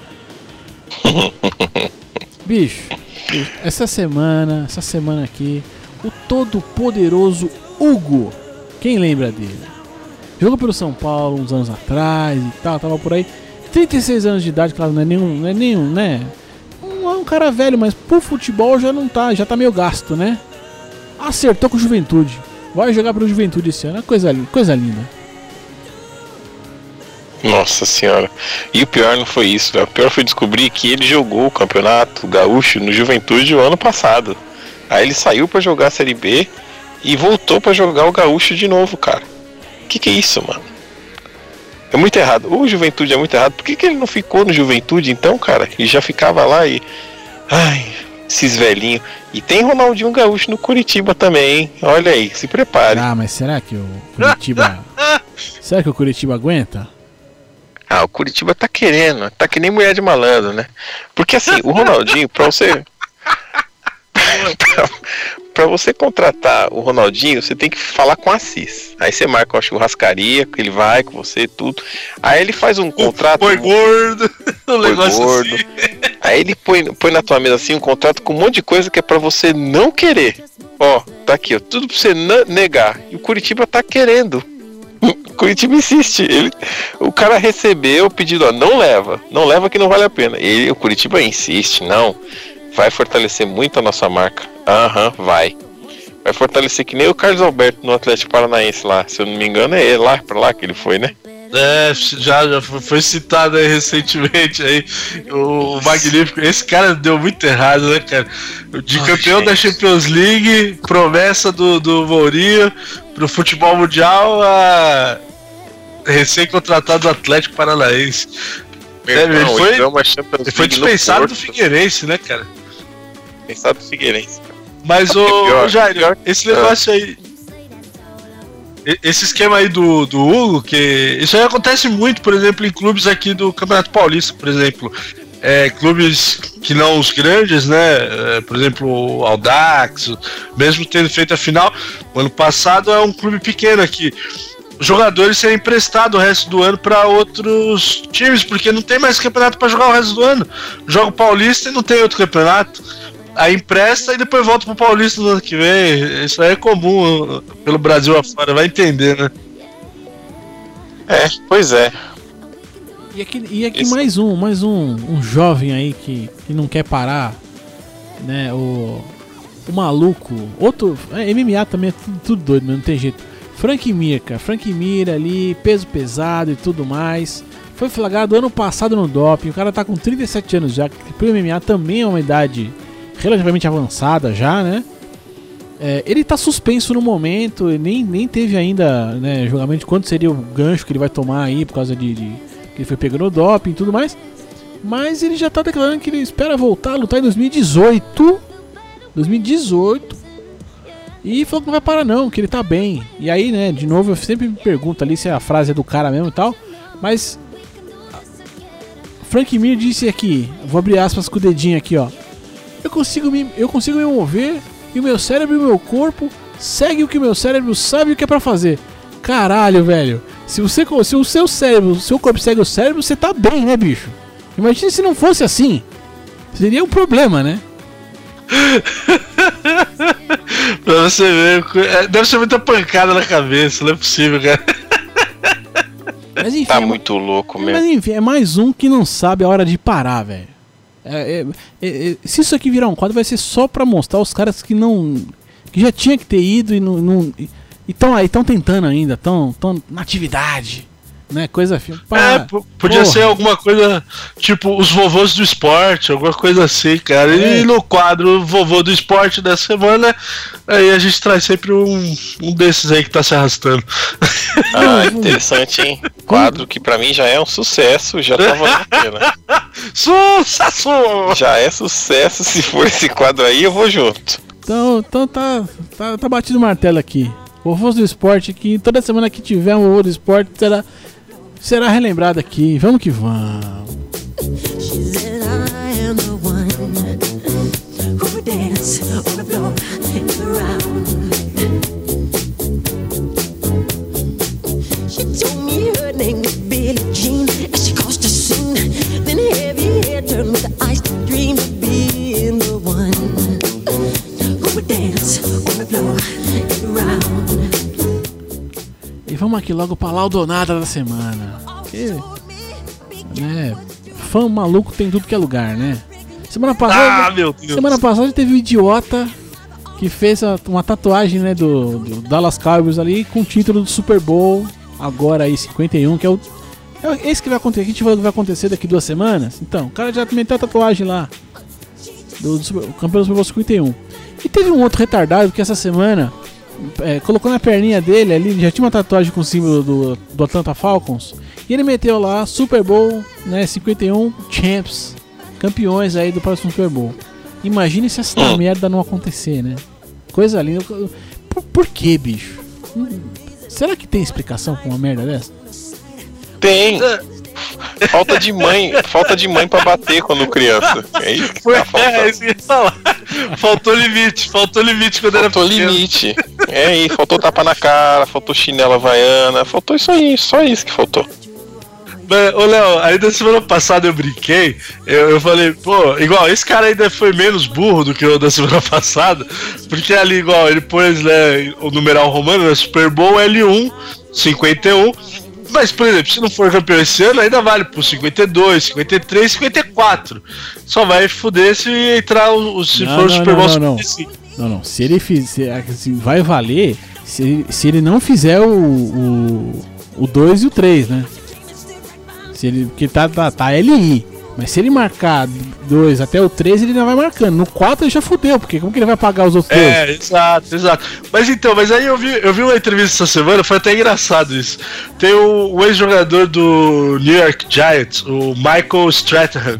Bicho, essa semana aqui, o todo poderoso Hugo. Quem lembra dele? Jogou pelo São Paulo uns anos atrás e tal, tava por aí. 36 anos de idade, claro, não é nenhum, né? Não é um cara velho, mas pro futebol já tá meio gasto, né? Acertou com o Juventude. Vai jogar pelo Juventude esse ano, é coisa linda. Nossa senhora. E o pior não foi isso, velho. O pior foi descobrir que ele jogou o Campeonato Gaúcho no Juventude o ano passado. Aí ele saiu pra jogar a Série B e voltou pra jogar o Gaúcho de novo, cara. Que é isso, mano? É muito errado. O Juventude é muito errado. Por que ele não ficou no Juventude então, cara? E já ficava lá e... Ai, esses velhinhos. E tem Ronaldinho Gaúcho no Curitiba também, hein? Olha aí, se prepare. Ah, mas será que o Curitiba... será que o Curitiba aguenta? Ah, o Curitiba tá querendo. Tá que nem mulher de malandro, né? Porque assim, o Ronaldinho, pra pra você contratar o Ronaldinho, você tem que falar com a Assis. Aí você marca uma churrascaria, que ele vai com você e tudo. Aí ele faz um contrato. Foi gordo, um negócio gordo. assim. Aí ele põe na tua mesa assim um contrato com um monte de coisa que é pra você não querer. Ó, tá aqui, ó, tudo pra você negar. E o Curitiba tá querendo. O Curitiba insiste. O cara recebeu o pedido, ó, não leva que não vale a pena. O Curitiba insiste, não. Vai fortalecer muito a nossa marca. Vai fortalecer que nem o Carlos Alberto no Atlético Paranaense lá. Se eu não me engano, é ele lá pra lá que ele foi, né? Já foi citado aí recentemente aí o Magnífico. Esse cara deu muito errado, né, cara? De campeão da Champions League, promessa do Mourinho pro futebol mundial, a recém-contratado do Atlético Paranaense. Ele foi dispensado do Figueirense, né, cara? Dispensado do Figueirense. Mas o Jair, esse negócio aí, esse esquema aí do Hugo, que isso aí acontece muito, por exemplo, em clubes aqui do Campeonato Paulista, por exemplo. Clubes que não os grandes, né? Por exemplo, o Audax, mesmo tendo feito a final, o ano passado é um clube pequeno aqui. Os jogadores serem emprestados o resto do ano para outros times, porque não tem mais campeonato para jogar o resto do ano. Joga o Paulista e não tem outro campeonato. Aí empresta e depois volta pro Paulista no ano que vem. Isso aí é comum pelo Brasil afora, vai entender, né? Pois é. E aqui mais um jovem aí que não quer parar, né? O maluco, outro, MMA também é tudo doido, mas não tem jeito. Frank Mir, cara, Frank Mir ali, peso pesado e tudo mais. Foi flagrado ano passado no doping. O cara tá com 37 anos já, que pro MMA também é uma idade relativamente avançada já, né? Ele tá suspenso no momento, nem teve ainda, né, julgamento de quanto seria o gancho que ele vai tomar aí por causa de que ele foi pegando o doping e tudo mais. Mas ele já tá declarando que ele espera voltar a lutar em 2018. E falou que não vai parar não, que ele tá bem. E aí, né, de novo, eu sempre me pergunto ali se a frase é do cara mesmo e tal. Mas Frank Mir disse aqui, vou abrir aspas com o dedinho aqui, ó. Eu consigo me mover e o meu cérebro e o meu corpo segue o que o meu cérebro sabe o que é pra fazer. Caralho, velho. Se o seu cérebro, o seu corpo segue o cérebro, você tá bem, né, bicho? Imagina se não fosse assim. Seria um problema, né? Pra você ver, deve ser muita pancada na cabeça, não é possível, cara. Mas enfim, tá muito louco mesmo. Mas enfim, é mais um que não sabe a hora de parar, velho. Se isso aqui virar um quadro, vai ser só pra mostrar os caras que já tinha que ter ido e estão tentando ainda, estão na atividade, né? Coisa filme. Podia ser alguma coisa tipo os vovôs do esporte, alguma coisa assim, cara. E no quadro Vovô do Esporte dessa semana, aí a gente traz sempre um desses aí que tá se arrastando. Interessante, hein? Quadro que pra mim já é um sucesso, já tá valendo a pena. Sucesso! Já é sucesso, se for esse quadro aí, eu vou junto. Então tá batido o martelo aqui. Vovôs do Esporte, que toda semana que tiver um Vovô do Esporte será relembrado aqui. Vamos que vamos. E vamos aqui logo pra Laudonada da semana. Porque, né, fã maluco tem tudo que é lugar, né? Semana passada teve um idiota que fez uma tatuagem, né, do Dallas Cowboys ali com o título do Super Bowl, agora aí 51, que é esse que vai acontecer, que a gente falou que vai acontecer daqui 2 semanas. Então, o cara já meteu a tatuagem lá do campeão do Super Bowl 51. E teve um outro retardado que essa semana colocou na perninha dele ali, já tinha uma tatuagem com o símbolo do Atlanta Falcons, e ele meteu lá Super Bowl, né, 51 Champs, campeões aí do próximo Super Bowl. Imagine se essa merda não acontecer, né? Coisa linda. Por que, bicho? Será que tem explicação com uma merda dessa? Tem. Falta de mãe pra bater quando criança. É isso que tá faltando. É isso que eu ia falar. Faltou limite quando era pequeno. Faltou limite. É aí, faltou tapa na cara, faltou chinela havaiana, faltou isso aí, só isso que faltou. Ô Léo, aí da semana passada eu brinquei, eu falei, pô, igual, esse cara ainda foi menos burro do que o da semana passada, porque ali, igual, ele pôs, né, o numeral romano, né, Super Bowl L1, 51, mas, por exemplo, se não for campeão esse ano, ainda vale pro 52, 53, 54. Só vai fuder se entrar se for o Super Bowl 55. Não, se ele fizer, assim, vai valer se ele não fizer o 2 e o 3, né? Se ele, porque tá LI. Mas se ele marcar 2 até o 3, ele ainda vai marcando. No 4 ele já fudeu, porque como que ele vai pagar os outros dois? Exato. Mas aí eu vi uma entrevista essa semana, foi até engraçado isso. Tem o ex-jogador do New York Giants, o Michael Strahan.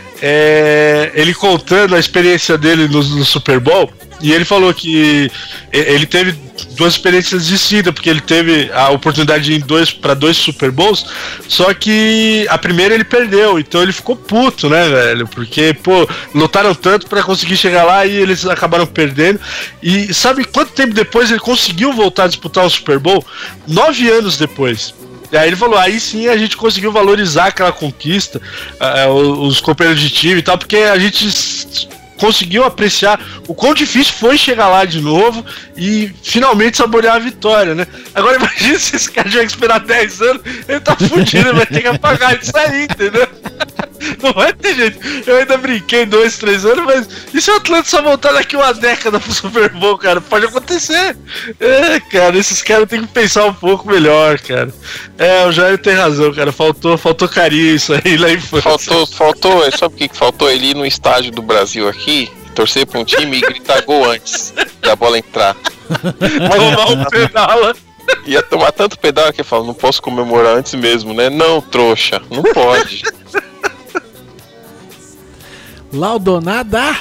Ele contando a experiência dele no Super Bowl. E ele falou que ele teve duas experiências distintas, porque ele teve a oportunidade de ir para dois Super Bowls, só que a primeira ele perdeu, então ele ficou puto, né, velho? Porque, pô, lutaram tanto para conseguir chegar lá e eles acabaram perdendo. E sabe quanto tempo depois ele conseguiu voltar a disputar o Super Bowl? 9 anos depois. E aí ele falou, aí sim a gente conseguiu valorizar aquela conquista, os companheiros de time e tal, porque a gente conseguiu apreciar o quão difícil foi chegar lá de novo e finalmente saborear a vitória, né? Agora imagina se esse cara tiver que esperar 10 anos, ele tá fudido, vai ter que apagar isso aí, entendeu? Não vai ter jeito. Eu ainda brinquei 2, 3 anos, mas e se o Atlanta só voltar daqui uma década pro Super Bowl, cara? Pode acontecer. Cara, esses caras tem que pensar um pouco melhor, cara. O Jair tem razão, cara. Faltou carinho isso aí lá em infância. Faltou, sabe o que faltou? Ele ir no estádio do Brasil aqui, torcer pra um time e gritar gol antes da bola entrar. Tomar um pedala. Ia tomar tanto pedal que eu falo, não posso comemorar antes mesmo, né? Não, trouxa, não pode. Laudonada!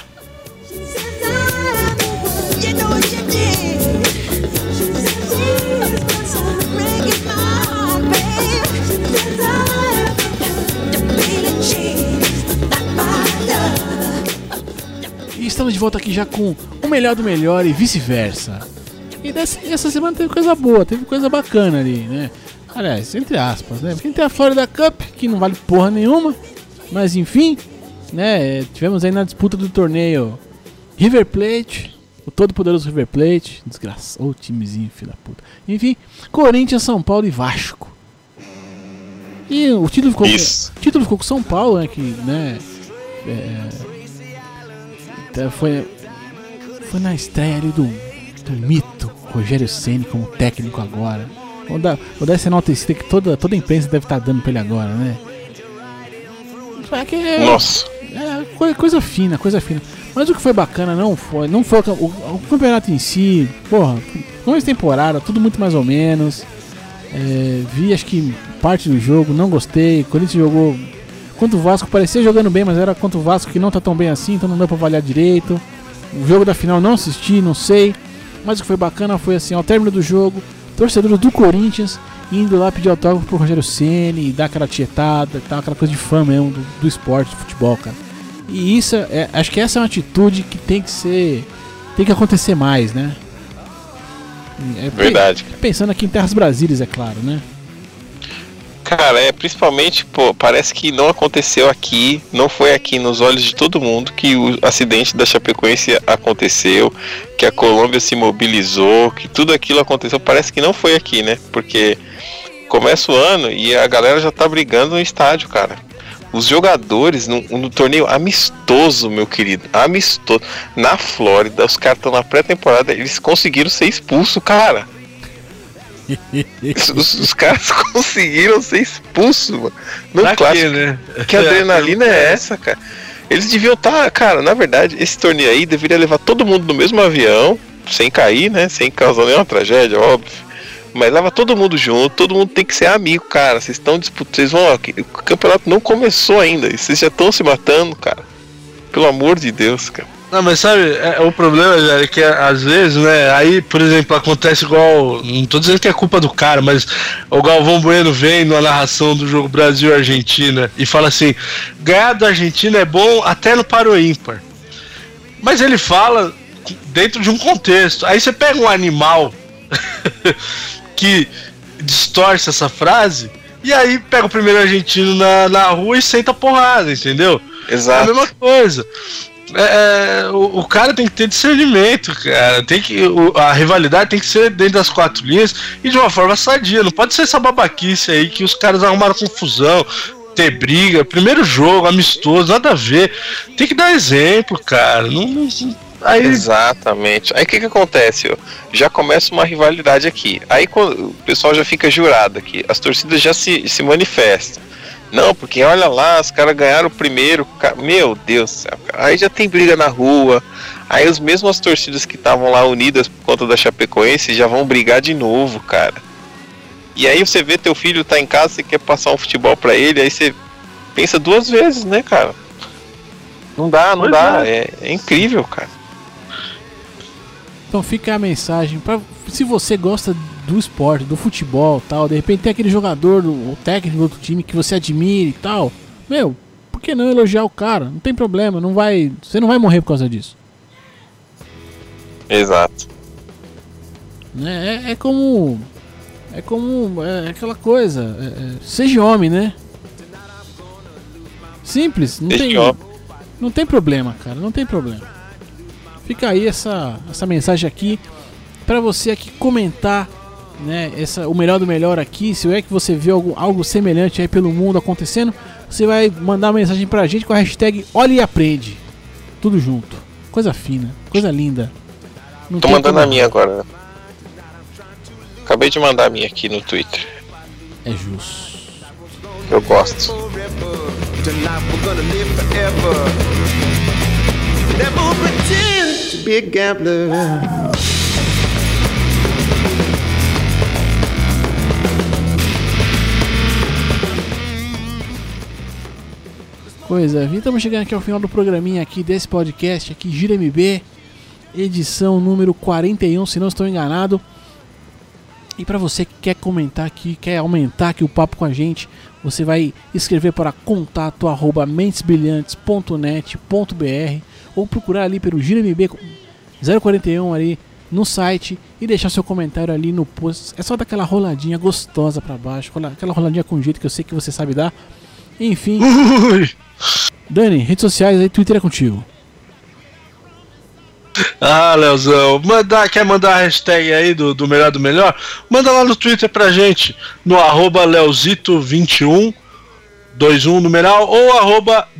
E estamos de volta aqui já com o melhor do melhor e vice-versa. E essa semana teve coisa boa, teve coisa bacana ali, né? Aliás, entre aspas, né? Porque tem a Florida Cup, que não vale porra nenhuma, mas enfim, né? Tivemos aí na disputa do torneio River Plate, o todo poderoso River Plate, desgraçado, timezinho, filho da puta. Enfim, Corinthians, São Paulo e Vasco. E o título ficou com São Paulo, né? Que, né? Foi na estreia ali do mito Rogério Ceni como técnico agora. Vou dar essa enaltecida que toda a imprensa deve estar dando pra ele agora, né? Nossa. Coisa fina. Mas o que foi bacana não foi o campeonato em si, porra, começo de temporada, tudo muito mais ou menos. Vi acho que parte do jogo, não gostei. O Corinthians jogou contra o Vasco, parecia jogando bem, mas era contra o Vasco que não tá tão bem assim, então não deu pra avaliar direito. O jogo da final não assisti, não sei. Mas o que foi bacana foi assim, ao término do jogo, torcedores do Corinthians indo lá pedir autógrafo pro Rogério Ceni, dar aquela tietada, tal, aquela coisa de fã mesmo do esporte, do futebol, cara. E isso, acho que essa é uma atitude que tem que acontecer mais, né? Verdade. Pensando aqui em Terras Brasílias, é claro, né? Cara, principalmente, pô, parece que não aconteceu aqui, não foi aqui nos olhos de todo mundo que o acidente da Chapecoense aconteceu, que a Colômbia se mobilizou, que tudo aquilo aconteceu, parece que não foi aqui, né? Porque começa o ano e a galera já tá brigando no estádio, cara. Os jogadores no torneio amistoso, meu querido, amistoso, na Flórida, os caras estão na pré-temporada, eles conseguiram ser expulsos, cara. Os caras conseguiram ser expulsos, mano. No clássico, né? Que adrenalina é essa, cara? Eles deviam estar, cara, na verdade, esse torneio aí deveria levar todo mundo no mesmo avião, sem cair, né? Sem causar nenhuma tragédia, óbvio. Mas leva todo mundo junto, todo mundo tem que ser amigo, cara. Vocês estão disputando, vocês vão, o campeonato não começou ainda, e vocês já estão se matando, cara. Pelo amor de Deus, cara. Não, mas sabe, o problema, Jair, é que às vezes, né, aí, por exemplo, acontece igual, não tô dizendo que é culpa do cara, mas o Galvão Bueno vem na narração do jogo Brasil-Argentina e fala assim, ganhar da Argentina é bom até no par ou ímpar. Mas ele fala dentro de um contexto. Aí você pega um animal que distorce essa frase e aí pega o primeiro argentino na rua e senta porrada, entendeu? Exato. É a mesma coisa. O cara tem que ter discernimento, cara. A rivalidade tem que ser dentro das quatro linhas e de uma forma sadia. Não pode ser essa babaquice aí que os caras arrumaram confusão, ter briga, primeiro jogo, amistoso, nada a ver. Tem que dar exemplo, cara. Aí... Exatamente. Aí o que acontece? Já começa uma rivalidade aqui. Aí o pessoal já fica jurado aqui. As torcidas já se manifestam. Não, porque olha lá, os caras ganharam o primeiro. Meu Deus do céu, cara. Aí já tem briga na rua. Aí as mesmas torcidas que estavam lá unidas por conta da Chapecoense já vão brigar de novo, cara. E aí você vê teu filho tá em casa, você quer passar um futebol pra ele, aí você pensa duas vezes, né, cara? Não dá. É incrível, cara. Então fica a mensagem se você gosta do esporte, do futebol, tal, de repente tem aquele jogador, o técnico do outro time que você admira e tal, por que não elogiar o cara? Não tem problema, você não vai morrer por causa disso. Exato. É como aquela coisa, seja homem, né? Simples, não tem problema, cara, não tem problema. Fica aí essa mensagem aqui pra você aqui comentar, né, o melhor do melhor aqui. Se é que você vê algo semelhante aí pelo mundo acontecendo, você vai mandar uma mensagem pra gente com a hashtag Olha e Aprende. Tudo junto. Coisa fina, coisa linda. Tô mandando a minha agora. Acabei de mandar a minha aqui no Twitter. É justo. Eu gosto. Never pretend to be a gambler. Coisa, estamos chegando aqui ao final do programinha aqui desse podcast aqui, Gira MB, edição número 41, se não estou enganado. E para você que quer comentar aqui, quer aumentar aqui o papo com a gente, você vai escrever para contato@mentesbrilhantes.net.br ou procurar ali pelo Gira MB 041 ali no site e deixar seu comentário ali no post. É só dar aquela roladinha gostosa para baixo, aquela roladinha com jeito que eu sei que você sabe dar. Enfim. Dani, redes sociais aí, Twitter é contigo. Ah, Leozão, quer mandar a hashtag aí do melhor do melhor? Manda lá no Twitter pra gente, no @Leozito21, 21 numeral, ou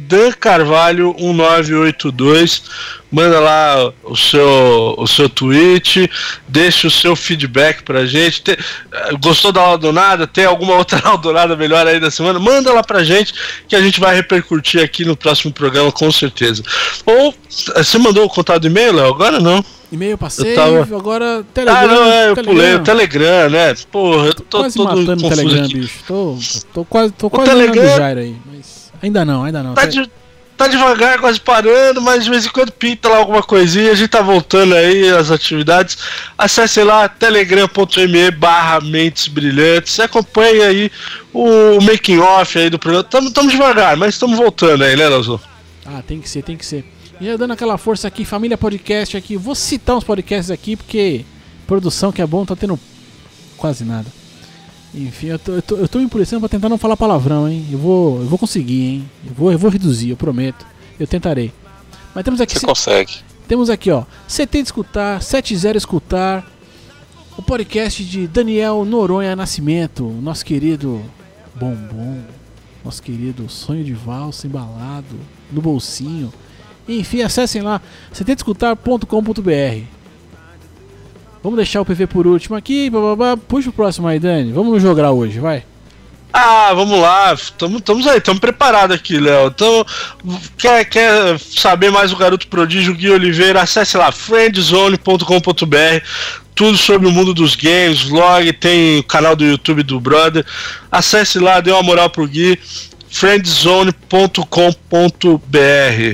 @dancarvalho1982. Manda lá o seu tweet, deixa o seu feedback pra gente. Gostou da aula do nada? Tem alguma outra aula do nada melhor aí da semana? Manda lá pra gente que a gente vai repercutir aqui no próximo programa, com certeza. Ou você mandou o contato do e-mail, Léo? Agora não. E-mail passei, agora Telegram. Ah, não, eu pulei o Telegram, né? Porra, eu tô quase todo matando o Telegram, aqui. Bicho. Tô quase Telegram... o Jair aí, mas ainda não. Tá devagar, quase parando, mas de vez em quando pinta lá alguma coisinha, a gente tá voltando aí às atividades. Acesse lá telegram.me/Mentes Brilhantes, acompanhe aí o making off aí do programa. Tamo devagar, mas estamos voltando aí, né, Leozão? Ah, tem que ser. E eu dando aquela força aqui, Família Podcast aqui, vou citar uns podcasts aqui, porque produção que é bom, tá tendo quase nada. Enfim, eu tô me empurrecendo pra tentar não falar palavrão, hein? Eu vou conseguir, hein? Eu vou reduzir, eu prometo. Eu tentarei. Mas temos aqui... Você consegue. Temos aqui, ó, 70 Escutar, 70 Escutar, o podcast de Daniel Noronha Nascimento, nosso querido Bombom, nosso querido Sonho de Valsa embalado no bolsinho. Enfim, acessem lá, 70escutar.com.br. Vamos deixar o PV por último aqui, puxa o próximo aí, Dani. Vamos no jogar hoje, vai. Ah, vamos lá, estamos aí, estamos preparados aqui, Léo. Então, quer saber mais do Garoto Prodígio Gui Oliveira? Acesse lá, friendzone.com.br. Tudo sobre o mundo dos games, vlog, tem o canal do YouTube do Brother. Acesse lá, dê uma moral pro Gui, friendzone.com.br.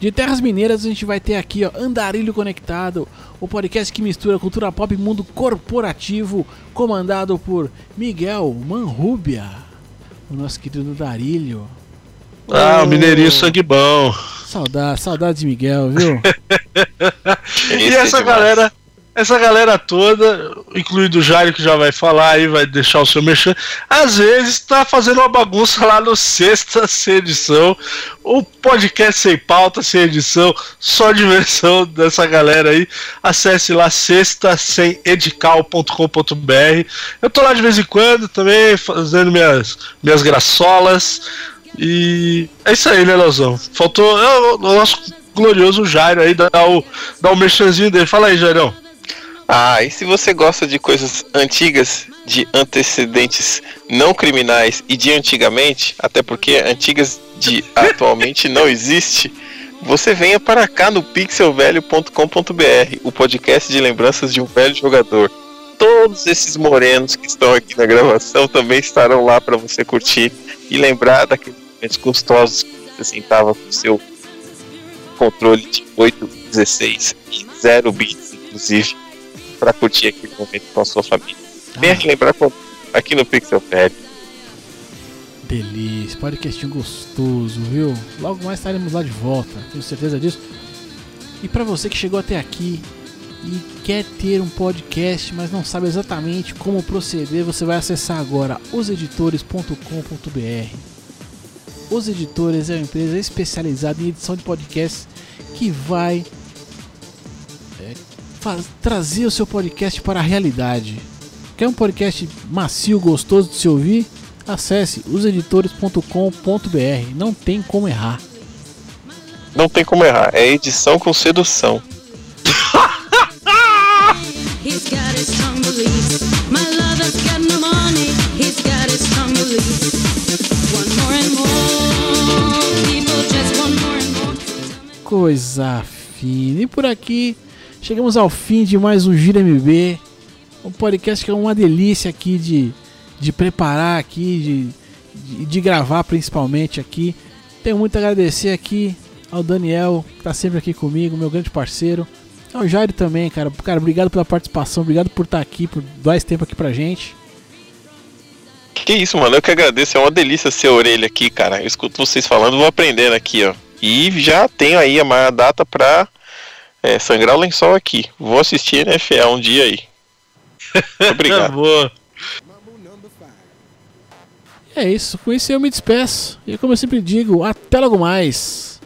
De Terras Mineiras a gente vai ter aqui, ó, Andarilho Conectado, o podcast que mistura cultura pop e mundo corporativo, comandado por Miguel Manrubia, o nosso querido Andarilho. O mineirinho sangue bom. Saudade de Miguel, viu? E essa galera toda, incluindo o Jairo, que já vai falar aí, vai deixar o seu merchan, às vezes tá fazendo uma bagunça lá no Sexta Sem Edição, o podcast sem pauta, sem edição, só diversão dessa galera aí. Acesse lá sextasemedical.com.br. Eu tô lá de vez em quando também, fazendo minhas graçolas. E é isso aí, né, Leozão? Faltou o nosso glorioso Jairo aí, dar o merchanzinho dele. Fala aí, Jairão. E se você gosta de coisas antigas, de antecedentes não criminais e de antigamente, até porque antigas de atualmente não existe, você venha para cá no pixelvelho.com.br, o podcast de lembranças de um velho jogador. Todos esses morenos que estão aqui na gravação também estarão lá para você curtir e lembrar daqueles momentos gostosos que você sentava com o seu controle de 8, 16 e 0 bits, inclusive, para curtir aquele momento com a sua família. Venha relembrar aqui no Pixel Velho. Delícia, podcastinho gostoso, viu? Logo mais estaremos lá de volta, tenho certeza disso. E para você que chegou até aqui e quer ter um podcast, mas não sabe exatamente como proceder, você vai acessar agora oseditores.com.br. Os Editores é uma empresa especializada em edição de podcasts que vai trazer o seu podcast para a realidade. Quer um podcast macio, gostoso de se ouvir? Acesse oseditores.com.br. Não tem como errar. Não tem como errar. É edição com sedução. Coisa fina. E por aqui chegamos ao fim de mais um Gira MB, um podcast que é uma delícia aqui de preparar aqui, de gravar principalmente aqui. Tenho muito a agradecer aqui ao Daniel, que está sempre aqui comigo, meu grande parceiro. Ao Jairo também, cara. Cara, obrigado pela participação, obrigado por estar aqui, por dar esse tempo aqui pra gente. Que isso, mano, eu que agradeço, é uma delícia ser a orelha aqui, cara. Eu escuto vocês falando, vou aprendendo aqui, ó. E já tenho aí a data pra sangrar o lençol aqui. Vou assistir NFL um dia aí. Obrigado. Boa. É isso, com isso eu me despeço. E como eu sempre digo, até logo mais.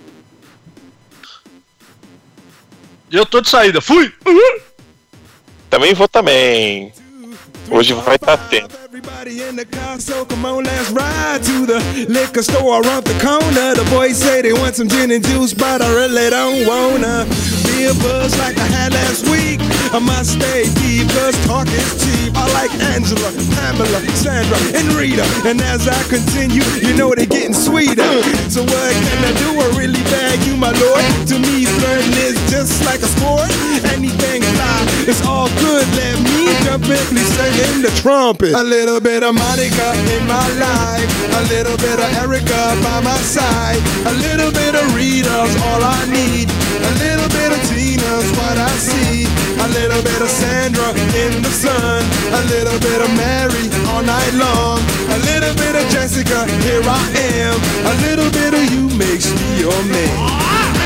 Eu tô de saída, fui! Também vou também. Hoje vai estar atento. Everybody in the car, so come on, let's ride to the liquor store around the corner. The boys say they want some gin and juice, but I really don't wanna be a buzz like I had last week. I must stay deep, cause talk is cheap. I like Angela, Pamela, Sandra, and Rita. And as I continue, you know they're getting sweeter. So what can I do? I really bag you, my lord. To me, flirting is just like a sport. Anything fly, it's all good. Let me jump in, please sing in the trumpet. A little bit of Monica in my life, a little bit of Erica by my side, a little bit of Rita's all I need, a little bit of Tina's what I see, a little bit of Sandra in the sun, a little bit of Mary all night long, a little bit of Jessica, here I am, a little bit of you makes me your man.